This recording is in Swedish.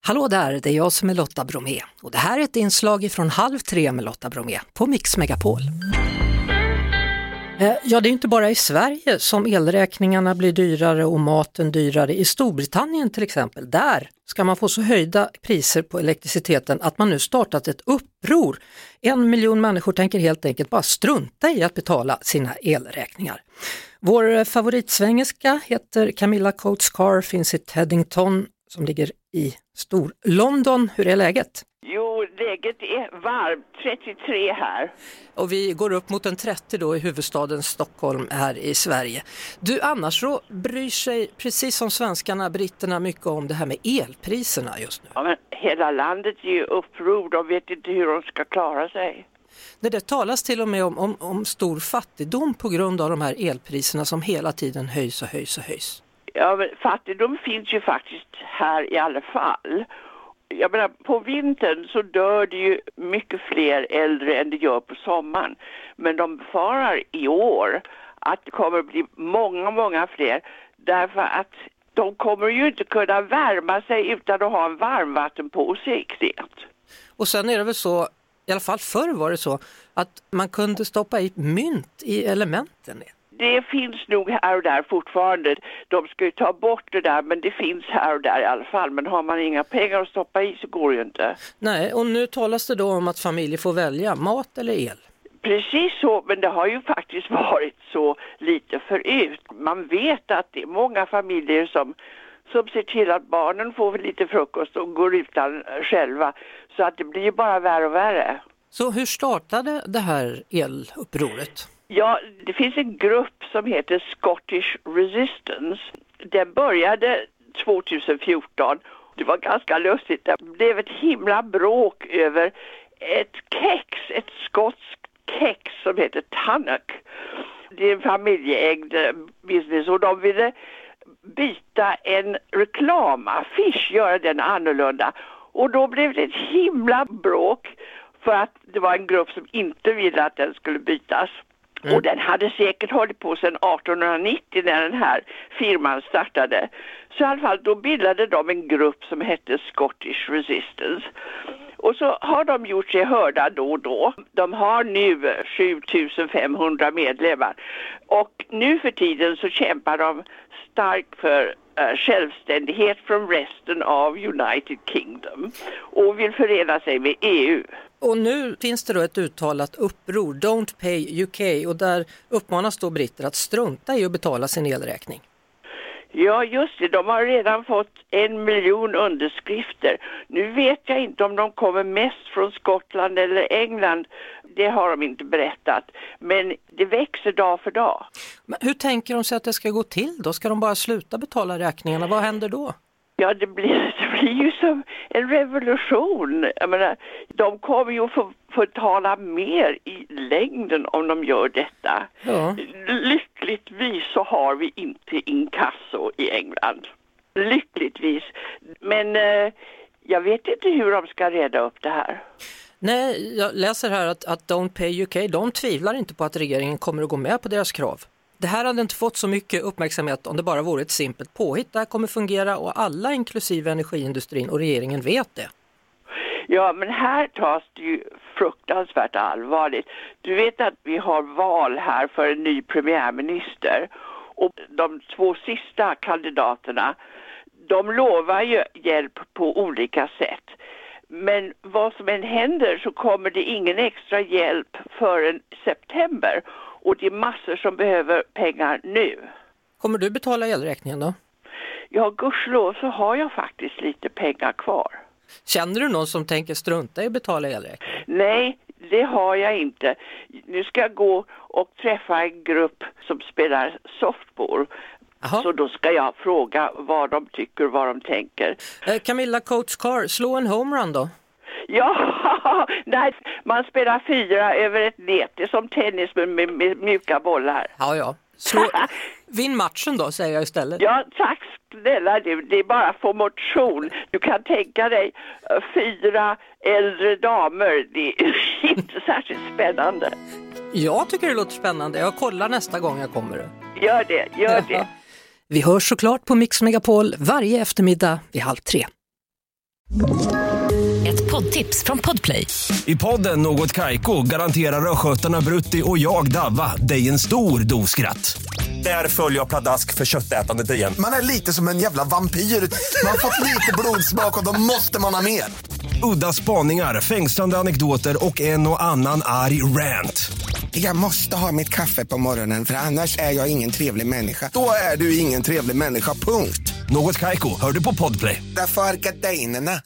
Hallå där, det är jag som är Lotta Bromé och det här är ett inslag från 2:30 med Lotta Bromé på Mix Megapol. Ja, det är inte bara i Sverige som elräkningarna blir dyrare och maten dyrare. I Storbritannien till exempel, där ska man få så höjda priser på elektriciteten att man nu startat ett uppror. 1 miljon människor tänker helt enkelt bara strunta i att betala sina elräkningar. Vår favoritsvängerska heter Camilla Coates Carr, finns i Teddington som ligger i Stor-London. Hur är läget? Jo, läget är varmt, 33 här. Och vi går upp mot en 30 då i huvudstaden Stockholm här i Sverige. Du, annars så bryr sig precis som svenskarna, britterna mycket om det här med elpriserna just nu. Ja, men hela landet är ju uppror, de vet inte hur de ska klara sig. Det talas till och med om stor fattigdom på grund av de här elpriserna som hela tiden höjs och höjs och höjs. Ja, men fattigdom finns ju faktiskt här i alla fall. Jag menar, på vintern så dör det ju mycket fler äldre än det gör på sommaren. Men de befarar i år att det kommer att bli många fler. Därför att de kommer ju inte kunna värma sig utan att ha en varmvattenpåse i knät. Och sen är det väl så, i alla fall förr var det så, att man kunde stoppa i mynt i elementen. Det finns nog här och där fortfarande. De ska ju ta bort det där, men det finns här och där i alla fall. Men har man inga pengar att stoppa i så går det ju inte. Nej, och nu talas det då om att familjer får välja mat eller el. Precis så, men det har ju faktiskt varit så lite förut. Man vet att det är många familjer som ser till att barnen får lite frukost och går utan själva. Så att det blir ju bara värre och värre. Så hur startade det här elupproret? Ja, det finns en grupp som heter Scottish Resistance. Den började 2014. Det var ganska lustigt. Det blev ett himla bråk över ett skotskt kex som heter Tunnock. Det är en familjeägd business och de ville byta en reklamaffisch, göra den annorlunda. Och då blev det ett himla bråk för att det var en grupp som inte ville att den skulle bytas. Och den hade säkert hållit på sedan 1890 när den här firman startade. Så i alla fall då bildade de en grupp som hette Scottish Resistance. Och så har de gjort sig hörda då och då. De har nu 7500 medlemmar. Och nu för tiden så kämpar de starkt för självständighet från resten av United Kingdom. Och vill förena sig med EU. Och nu finns det då ett uttalat uppror, Don't Pay UK, och där uppmanas då britter att strunta i att betala sin elräkning. Ja, just det. De har redan fått 1 miljon underskrifter. Nu vet jag inte om de kommer mest från Skottland eller England. Det har de inte berättat. Men det växer dag för dag. Men hur tänker de sig att det ska gå till då? Ska de bara sluta betala räkningarna? Vad händer då? Ja, det blir ju som en revolution. Jag menar, de kommer ju få betala mer i längden om de gör detta. Ja. Lyckligtvis så har vi inte inkasso i England. Lyckligtvis. Men jag vet inte hur de ska reda upp det här. Nej, jag läser här att Don't Pay UK, de tvivlar inte på att regeringen kommer att gå med på deras krav. Det här hade inte fått så mycket uppmärksamhet om det bara vore ett simpelt påhitt. Det här kommer fungera och alla inklusive energiindustrin och regeringen vet det. Ja, men här tas det ju fruktansvärt allvarligt. Du vet att vi har val här för en ny premiärminister. Och de 2 sista kandidaterna, de lovar ju hjälp på olika sätt. Men vad som än händer så kommer det ingen extra hjälp förrän september. Och det är massor som behöver pengar nu. Kommer du betala elräkningen då? Ja, gudskelov så har jag faktiskt lite pengar kvar. Känner du någon som tänker strunta i att betala elräkningen? Nej, det har jag inte. Nu ska jag gå och träffa en grupp som spelar softball. Aha. Så då ska jag fråga vad de tycker, vad de tänker. Camilla Coates Carr, slå en homerun då? Ja, nej, man spelar 4 över ett nät. Det är som tennis med mjuka bollar. Ja. Vinn matchen då, säger jag istället. Ja, tack snälla du. Det är bara för motion. Du kan tänka dig 4 äldre damer. Det är inte särskilt spännande. Jag tycker det låter spännande. Jag kollar nästa gång jag kommer. Gör det. Vi hörs såklart på Mix Megapol varje eftermiddag vid 14:30. Ett poddtips från Podplay. I podden Något Kaiko garanterar röskötarna Brutti och jag Davva dig en stor doskratt. Där följer jag pladask för köttätandet igen. Man är lite som en jävla vampyr. Man har fått lite blodsmak och då måste man ha mer. Udda spaningar, fängslande anekdoter och en och annan arg rant. Jag måste ha mitt kaffe på morgonen för annars är jag ingen trevlig människa. Då är du ingen trevlig människa, punkt. Något Kaiko, hör du på Podplay. Därför är gardinerna.